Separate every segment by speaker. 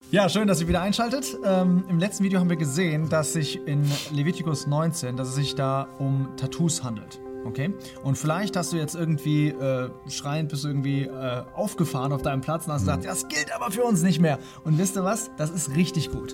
Speaker 1: Ja, schön, dass ihr wieder einschaltet. Im letzten Video haben wir gesehen, dass sich in Levitikus 19, dass es sich da um Tattoos handelt. Okay? Und vielleicht hast du jetzt irgendwie schreiend bist du irgendwie aufgefahren auf deinem Platz und hast gesagt, das gilt aber für uns nicht mehr. Und wisst ihr was? Das ist richtig gut.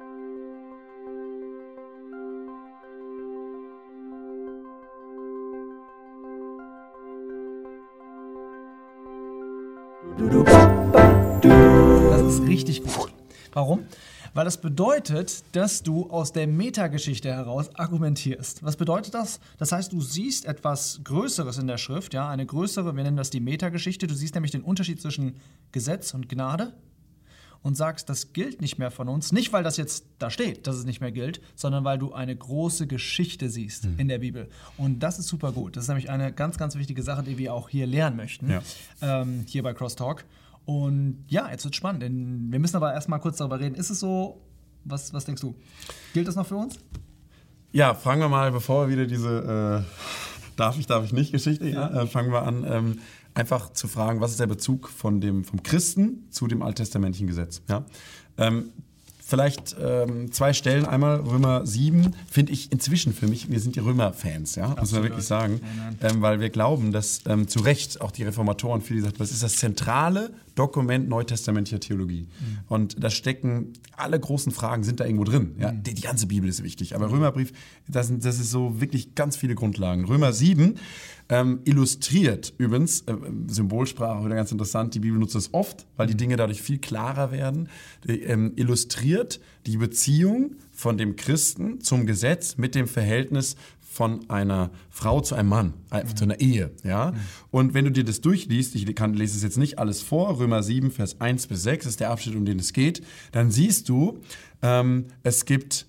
Speaker 1: Das ist richtig gut. Warum? Weil das bedeutet, dass du aus der Metageschichte heraus argumentierst. Was bedeutet das? Das heißt, du siehst etwas Größeres in der Schrift, ja, eine größere, wir nennen das die Metageschichte. Du siehst nämlich den Unterschied zwischen Gesetz und Gnade und sagst, das gilt nicht mehr von uns. Nicht, weil das jetzt da steht, dass es nicht mehr gilt, sondern weil du eine große Geschichte siehst in der Bibel. Und das ist super gut. Das ist nämlich eine ganz, ganz wichtige Sache, die wir auch hier lernen möchten, hier bei Crosstalk. Und ja, jetzt wird spannend. Wir müssen aber erstmal kurz darüber reden. Ist es so, was denkst du? Gilt das noch für uns?
Speaker 2: Ja, fragen wir mal, bevor wir wieder diese darf ich nicht Geschichte, fangen wir an, einfach zu fragen, was ist der Bezug vom Christen zu dem alttestamentlichen Gesetz? Ja? Vielleicht zwei Stellen, einmal Römer 7, finde ich inzwischen für mich, wir sind die Römer-Fans, ja, muss man wirklich sagen, weil wir glauben, dass zu Recht auch die Reformatoren viele gesagt haben, das ist das zentrale Dokument neutestamentlicher Theologie. Und da stecken alle großen Fragen, sind da irgendwo drin. Ja? Die ganze Bibel ist wichtig, aber Römerbrief, das ist so wirklich ganz viele Grundlagen. Römer 7 illustriert übrigens, Symbolsprache wieder ganz interessant, die Bibel nutzt das oft, weil die Dinge dadurch viel klarer werden, illustriert die Beziehung von dem Christen zum Gesetz mit dem Verhältnis von einer Frau zu einem Mann, zu einer Ehe. Ja? Und wenn du dir das durchliest, ich lese es jetzt nicht alles vor, Römer 7, Vers 1 bis 6 ist der Abschnitt, um den es geht, dann siehst du, es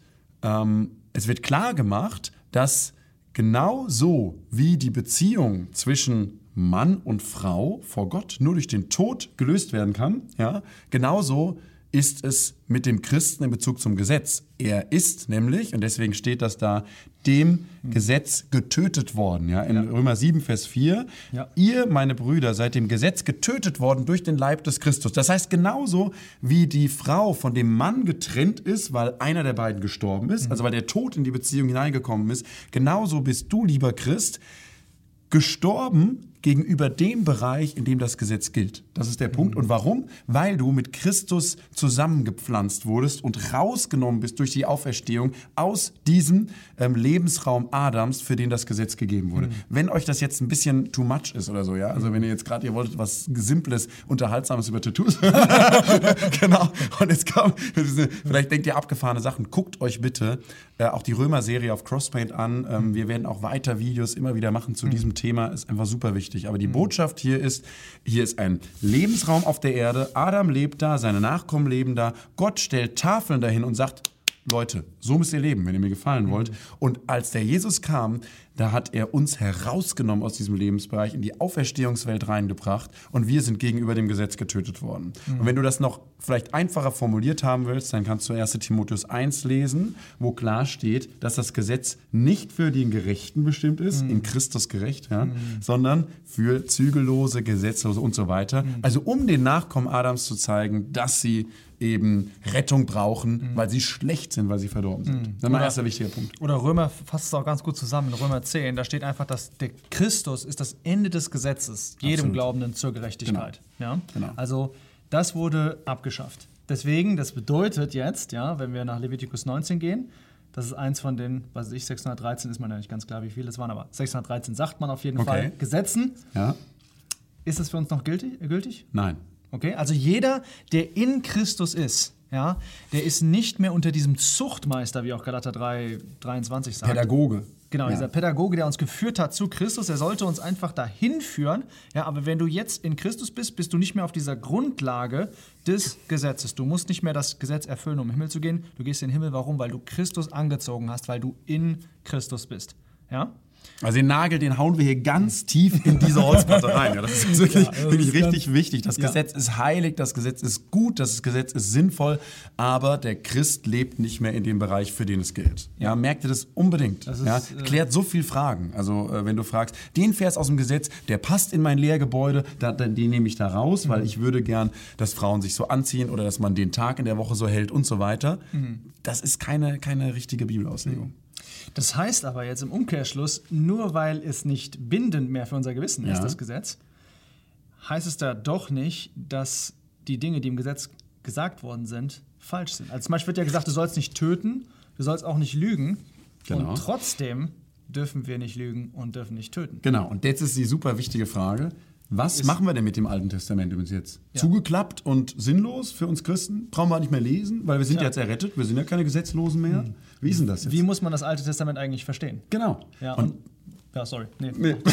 Speaker 2: wird klar gemacht, dass genau so wie die Beziehung zwischen Mann und Frau vor Gott nur durch den Tod gelöst werden kann, ja, genauso ist es mit dem Christen in Bezug zum Gesetz. Er ist nämlich, und deswegen steht das da, dem Gesetz getötet worden. Ja? In Römer 7, Vers 4, ihr, meine Brüder, seid dem Gesetz getötet worden durch den Leib des Christus. Das heißt, genauso wie die Frau von dem Mann getrennt ist, weil einer der beiden gestorben ist, also weil der Tod in die Beziehung hineingekommen ist, genauso bist du, lieber Christ, gestorben gegenüber dem Bereich, in dem das Gesetz gilt. Das ist der Punkt. Und warum? Weil du mit Christus zusammengepflanzt wurdest und rausgenommen bist durch die Auferstehung aus diesem Lebensraum Adams, für den das Gesetz gegeben wurde. Wenn euch das jetzt ein bisschen too much ist oder so, ja, also wenn ihr jetzt gerade, ihr wolltet was Simples, Unterhaltsames über Tattoos, genau, und jetzt kommt, vielleicht denkt ihr abgefahrene Sachen, guckt euch bitte auch die Römer-Serie auf Crosspaint an. Wir werden auch weiter Videos immer wieder machen zu diesem Thema, ist einfach super wichtig. Aber die Botschaft hier ist ein Lebensraum auf der Erde. Adam lebt da, seine Nachkommen leben da. Gott stellt Tafeln dahin und sagt, Leute, so müsst ihr leben, wenn ihr mir gefallen wollt. Und als der Jesus kam, da hat er uns herausgenommen aus diesem Lebensbereich, in die Auferstehungswelt reingebracht und wir sind gegenüber dem Gesetz getötet worden. Und wenn du das noch vielleicht einfacher formuliert haben willst, dann kannst du 1. Timotheus 1 lesen, wo klar steht, dass das Gesetz nicht für den Gerechten bestimmt ist, in Christus gerecht, sondern für Zügellose, Gesetzlose und so weiter. Also um den Nachkommen Adams zu zeigen, dass sie eben Rettung brauchen, weil sie schlecht sind, weil sie verdorben sind. Das ist mein erster wichtiger Punkt.
Speaker 1: Oder Römer fasst es auch ganz gut zusammen. In Römer 10, da steht einfach, dass der Christus ist das Ende des Gesetzes, jedem Glaubenden zur Gerechtigkeit. Genau. Ja? Genau. Also das wurde abgeschafft. Deswegen, das bedeutet jetzt, ja, wenn wir nach Levitikus 19 gehen, das ist eins von den, 613 ist man ja nicht ganz klar, wie viele es waren, aber 613 sagt man auf jeden Fall, Gesetzen. Ja. Ist das für uns noch gültig?
Speaker 2: Nein.
Speaker 1: Okay, also jeder, der in Christus ist, ja, der ist nicht mehr unter diesem Zuchtmeister, wie auch Galater 3,23 sagt.
Speaker 2: Pädagoge.
Speaker 1: Genau, dieser Pädagoge, der uns geführt hat zu Christus, der sollte uns einfach dahin führen. Ja, aber wenn du jetzt in Christus bist, bist du nicht mehr auf dieser Grundlage des Gesetzes. Du musst nicht mehr das Gesetz erfüllen, um in den Himmel zu gehen. Du gehst in den Himmel, warum? Weil du Christus angezogen hast, weil du in Christus bist. Ja?
Speaker 2: Also den Nagel, den hauen wir hier ganz tief in diese Holzplatte rein. Ja, das ist wirklich, wirklich richtig wichtig. Das Gesetz ist heilig, das Gesetz ist gut, das Gesetz ist sinnvoll, aber der Christ lebt nicht mehr in dem Bereich, für den es gilt. Ja, merkt ihr das unbedingt. Das ist, klärt so viele Fragen. Also wenn du fragst, den Vers aus dem Gesetz, der passt in mein Lehrgebäude, den nehme ich da raus, weil ich würde gern, dass Frauen sich so anziehen oder dass man den Tag in der Woche so hält und so weiter. Das ist keine richtige Bibelauslegung.
Speaker 1: Das heißt aber jetzt im Umkehrschluss, nur weil es nicht bindend mehr für unser Gewissen ist, das Gesetz, heißt es da doch nicht, dass die Dinge, die im Gesetz gesagt worden sind, falsch sind. Also zum Beispiel wird ja gesagt, du sollst nicht töten, du sollst auch nicht lügen. Genau. Und trotzdem dürfen wir nicht lügen und dürfen nicht töten.
Speaker 2: Genau, und jetzt ist die super wichtige Frage, was machen wir denn mit dem Alten Testament übrigens jetzt? Ja. Zugeklappt und sinnlos für uns Christen? Brauchen wir nicht mehr lesen, weil wir sind jetzt errettet, wir sind ja keine Gesetzlosen mehr. Wie ist denn das jetzt?
Speaker 1: Wie muss man das Alte Testament eigentlich verstehen?
Speaker 2: Genau.
Speaker 1: Ja, sorry. Nee.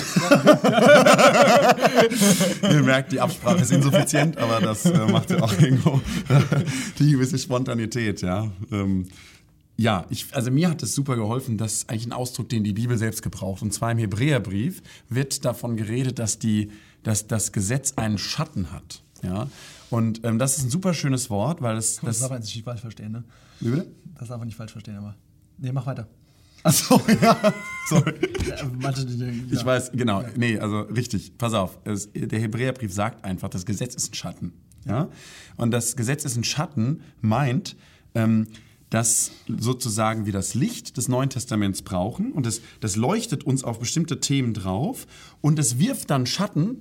Speaker 2: Ihr merkt, die Absprache ist insuffizient, aber das macht ja auch irgendwo die gewisse Spontanität, ja. Also mir hat es super geholfen, das ist eigentlich ein Ausdruck, den die Bibel selbst gebraucht. Und zwar im Hebräerbrief wird davon geredet, dass das Gesetz einen Schatten hat. Ja? Und das ist ein super schönes Wort, weil das
Speaker 1: darf man nicht falsch verstehen, ne?
Speaker 2: Wie bitte?
Speaker 1: Das darf man nicht falsch verstehen, aber... Nee, mach weiter.
Speaker 2: Achso, ja. Sorry.
Speaker 1: Ich
Speaker 2: weiß, genau. Nee, also richtig. Pass auf. Der Hebräerbrief sagt einfach, das Gesetz ist ein Schatten. Ja? Und das Gesetz ist ein Schatten meint... dass sozusagen wir das Licht des Neuen Testaments brauchen und das leuchtet uns auf bestimmte Themen drauf und es wirft dann Schatten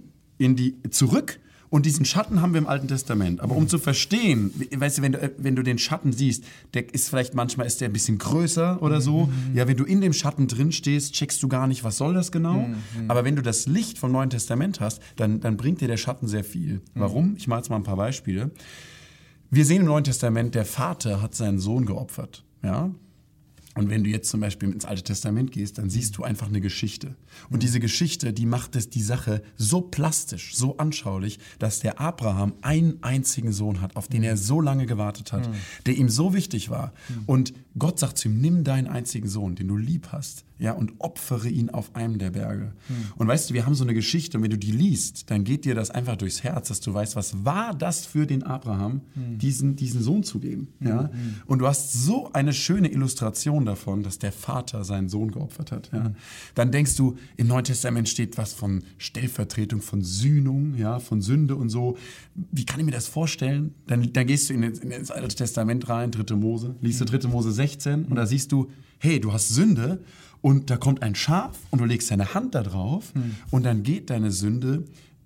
Speaker 2: zurück und diesen Schatten haben wir im Alten Testament. Aber um zu verstehen, weißt du, wenn du den Schatten siehst, manchmal ist der ein bisschen größer oder so. Ja, wenn du in dem Schatten drin stehst, checkst du gar nicht, was soll das genau. Aber wenn du das Licht vom Neuen Testament hast, dann bringt dir der Schatten sehr viel. Warum? Ich mache jetzt mal ein paar Beispiele. Wir sehen im Neuen Testament, der Vater hat seinen Sohn geopfert. Ja? Und wenn du jetzt zum Beispiel ins Alte Testament gehst, dann siehst du einfach eine Geschichte. Und diese Geschichte, die macht die Sache so plastisch, so anschaulich, dass der Abraham einen einzigen Sohn hat, auf den er so lange gewartet hat, der ihm so wichtig war. Und Gott sagt zu ihm, nimm deinen einzigen Sohn, den du lieb hast, ja, und opfere ihn auf einem der Berge. Und weißt du, wir haben so eine Geschichte, und wenn du die liest, dann geht dir das einfach durchs Herz, dass du weißt, was war das für den Abraham, diesen Sohn zu geben. Ja? Und du hast so eine schöne Illustration davon, dass der Vater seinen Sohn geopfert hat. Ja? Dann denkst du, im Neuen Testament steht was von Stellvertretung, von Sühnung, ja, von Sünde und so. Wie kann ich mir das vorstellen? Dann gehst du ins Alte Testament rein, 3. Mose, liest du 3. Mose 16 und da siehst du, hey, du hast Sünde und da kommt ein Schaf und du legst deine Hand da drauf und dann geht deine Sünde,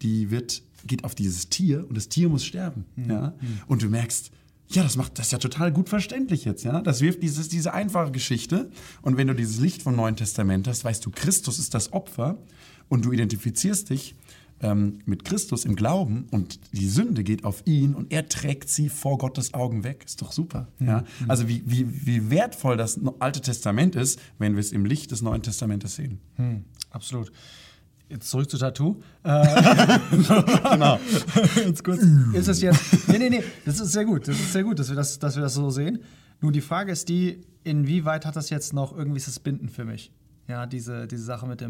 Speaker 2: geht auf dieses Tier und das Tier muss sterben. Ja? Und du merkst, ja, das ist ja total gut verständlich jetzt. Ja? Das wirft diese einfache Geschichte. Und wenn du dieses Licht vom Neuen Testament hast, weißt du, Christus ist das Opfer und du identifizierst dich mit Christus im Glauben und die Sünde geht auf ihn und er trägt sie vor Gottes Augen weg. Ist doch super. Ja? Also wie wertvoll das Alte Testament ist, wenn wir es im Licht des Neuen Testamentes sehen.
Speaker 1: Absolut. Jetzt zurück zu Tattoo.
Speaker 2: Genau.
Speaker 1: Jetzt kurz. Ist das jetzt... Nee. Das ist sehr gut. Das ist sehr gut, dass wir das so sehen. Nur die Frage ist inwieweit hat das jetzt noch irgendwie das Binden für mich? Ja, diese Sache mit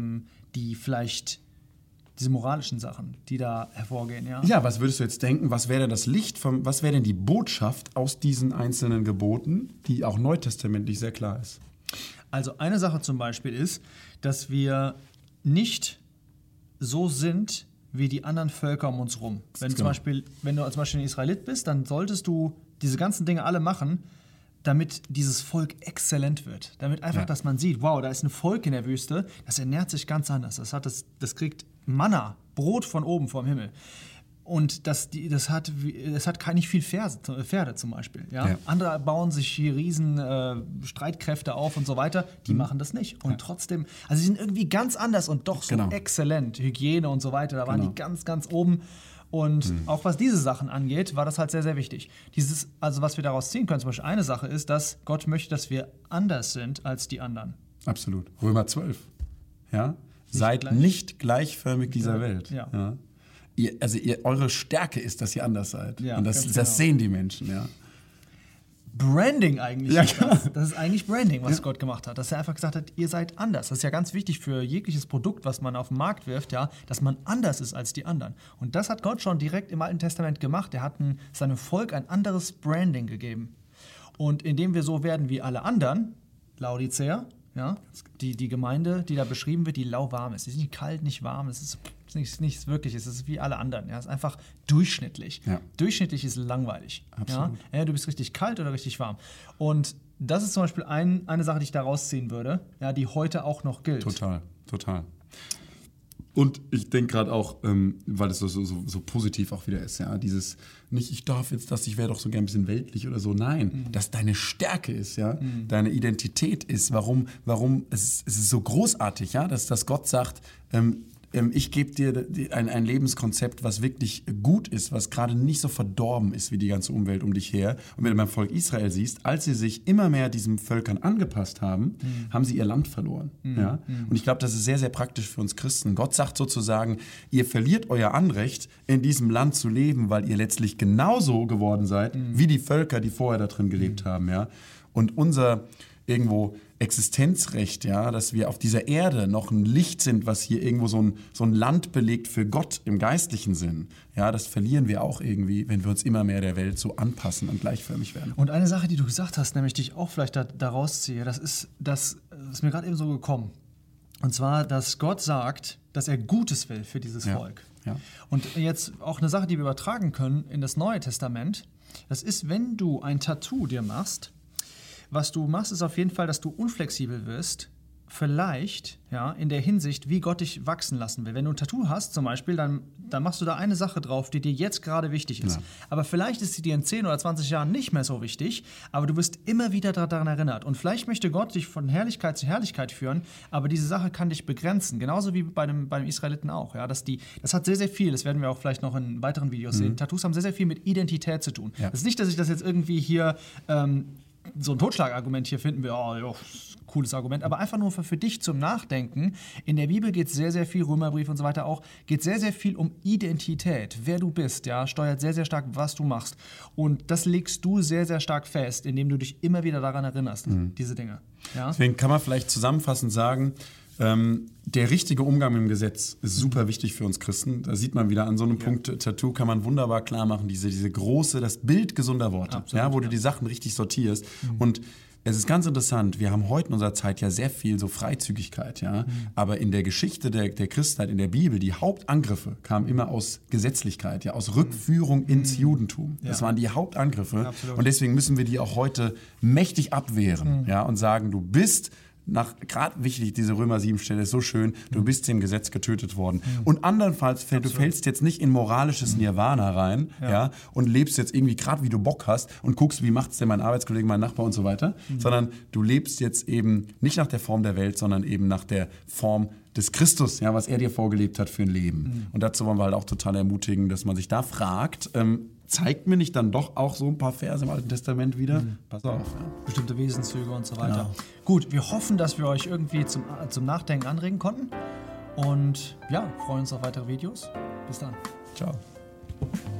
Speaker 1: diese moralischen Sachen, die da hervorgehen, ja.
Speaker 2: Ja, was würdest du jetzt denken? Was wäre denn die Botschaft aus diesen einzelnen Geboten, die auch neutestamentlich sehr klar ist?
Speaker 1: Also eine Sache zum Beispiel ist, dass wir nicht so sind wie die anderen Völker um uns rum. Wenn du zum Beispiel ein Israelit bist, dann solltest du diese ganzen Dinge alle machen, damit dieses Volk exzellent wird. Damit einfach, dass man sieht, wow, da ist ein Volk in der Wüste, das ernährt sich ganz anders. Das kriegt Manna, Brot von oben vom Himmel. Und das hat nicht viel Pferde zum Beispiel. Ja? Andere bauen sich hier riesen Streitkräfte auf und so weiter. Die machen das nicht. Und trotzdem, also sie sind irgendwie ganz anders und doch so exzellent. Hygiene und so weiter, da waren die ganz, ganz oben. Und auch was diese Sachen angeht, war das halt sehr, sehr wichtig. Also was wir daraus ziehen können, zum Beispiel eine Sache ist, dass Gott möchte, dass wir anders sind als die anderen.
Speaker 2: Absolut. Römer 12. Ja? Seid nicht gleichförmig dieser Welt. Ja? Eure Stärke ist, dass ihr anders seid. Ja, und das sehen die Menschen. Ja.
Speaker 1: Branding eigentlich.
Speaker 2: Ja,
Speaker 1: ist das ist eigentlich Branding, was Gott gemacht hat. Dass er einfach gesagt hat, ihr seid anders. Das ist ja ganz wichtig für jegliches Produkt, was man auf den Markt wirft, ja, dass man anders ist als die anderen. Und das hat Gott schon direkt im Alten Testament gemacht. Er hat seinem Volk ein anderes Branding gegeben. Und indem wir so werden wie alle anderen, Laodicea, ja, die Gemeinde, die da beschrieben wird, die lauwarm ist. Die ist nicht kalt, nicht warm, es ist nichts Wirkliches, es ist wie alle anderen. Ja, es ist einfach durchschnittlich. Ja. Durchschnittlich ist langweilig. Absolut. Ja, du bist richtig kalt oder richtig warm. Und das ist zum Beispiel eine Sache, die ich da rausziehen würde, ja, die heute auch noch gilt.
Speaker 2: Total. Und ich denke gerade auch, weil es so positiv auch wieder ist, ja, dieses nicht, ich darf jetzt das, ich wäre doch so gern ein bisschen weltlich oder so. Nein, dass deine Stärke ist, ja, deine Identität ist, warum es ist so großartig, ja, dass Gott sagt, ich gebe dir ein Lebenskonzept, was wirklich gut ist, was gerade nicht so verdorben ist wie die ganze Umwelt um dich her. Und wenn du beim Volk Israel siehst, als sie sich immer mehr diesen Völkern angepasst haben, haben sie ihr Land verloren. Ja? Und ich glaube, das ist sehr, sehr praktisch für uns Christen. Gott sagt sozusagen, ihr verliert euer Anrecht, in diesem Land zu leben, weil ihr letztlich genauso geworden seid, wie die Völker, die vorher da drin gelebt haben. Ja? Und unser irgendwo Existenzrecht, ja, dass wir auf dieser Erde noch ein Licht sind, was hier irgendwo so ein Land belegt für Gott im geistlichen Sinn. Ja, das verlieren wir auch irgendwie, wenn wir uns immer mehr der Welt so anpassen und gleichförmig werden.
Speaker 1: Und eine Sache, die du gesagt hast, nämlich die ich auch vielleicht da rausziehe, das ist mir gerade eben so gekommen. Und zwar, dass Gott sagt, dass er Gutes will für dieses Volk. Ja. Und jetzt auch eine Sache, die wir übertragen können in das Neue Testament, das ist, wenn du ein Tattoo dir machst. Was du machst, ist auf jeden Fall, dass du unflexibel wirst, vielleicht ja, in der Hinsicht, wie Gott dich wachsen lassen will. Wenn du ein Tattoo hast zum Beispiel, dann machst du da eine Sache drauf, die dir jetzt gerade wichtig ist. Ja. Aber vielleicht ist sie dir in 10 oder 20 Jahren nicht mehr so wichtig, aber du wirst immer wieder daran erinnert. Und vielleicht möchte Gott dich von Herrlichkeit zu Herrlichkeit führen, aber diese Sache kann dich begrenzen. Genauso wie bei dem Israeliten auch. Ja, das hat sehr, sehr viel, das werden wir auch vielleicht noch in weiteren Videos sehen. Tattoos haben sehr, sehr viel mit Identität zu tun. Ja. Das ist nicht, dass ich das jetzt irgendwie hier so ein Totschlagargument hier finden wir, cooles Argument, aber einfach nur für dich zum Nachdenken. In der Bibel geht es sehr, sehr viel, Römerbrief und so weiter auch, geht sehr, sehr viel um Identität. Wer du bist, ja, steuert sehr, sehr stark, was du machst. Und das legst du sehr, sehr stark fest, indem du dich immer wieder daran erinnerst, diese Dinge. Ja?
Speaker 2: Deswegen kann man vielleicht zusammenfassend sagen, der richtige Umgang mit dem Gesetz ist super wichtig für uns Christen. Da sieht man wieder an so einem Punkt, Tattoo kann man wunderbar klar machen, diese große, das Bild gesunder Worte, absolut, ja, wo du die Sachen richtig sortierst. Und es ist ganz interessant, wir haben heute in unserer Zeit ja sehr viel so Freizügigkeit, ja, aber in der Geschichte der Christenheit, in der Bibel, die Hauptangriffe kamen immer aus Gesetzlichkeit, ja, aus Rückführung ins Judentum. Das waren die Hauptangriffe. Absolut. Und deswegen müssen wir die auch heute mächtig abwehren, ja, und sagen, du bist gerade wichtig, diese Römer 7-Stelle ist so schön, du bist dem Gesetz getötet worden. Und andernfalls, du fällst jetzt nicht in moralisches Nirvana rein, ja, und lebst jetzt irgendwie gerade, wie du Bock hast und guckst, wie macht's denn mein Arbeitskollege, mein Nachbar und so weiter, sondern du lebst jetzt eben nicht nach der Form der Welt, sondern eben nach der Form des Christus, ja, was er dir vorgelebt hat für ein Leben. Und dazu wollen wir halt auch total ermutigen, dass man sich da fragt, zeigt mir nicht dann doch auch so ein paar Verse im Alten Testament wieder? Pass auf. Ja.
Speaker 1: Bestimmte Wesenszüge und so weiter. Genau. Gut, wir hoffen, dass wir euch irgendwie zum Nachdenken anregen konnten. Und ja, freuen uns auf weitere Videos. Bis dann.
Speaker 2: Ciao.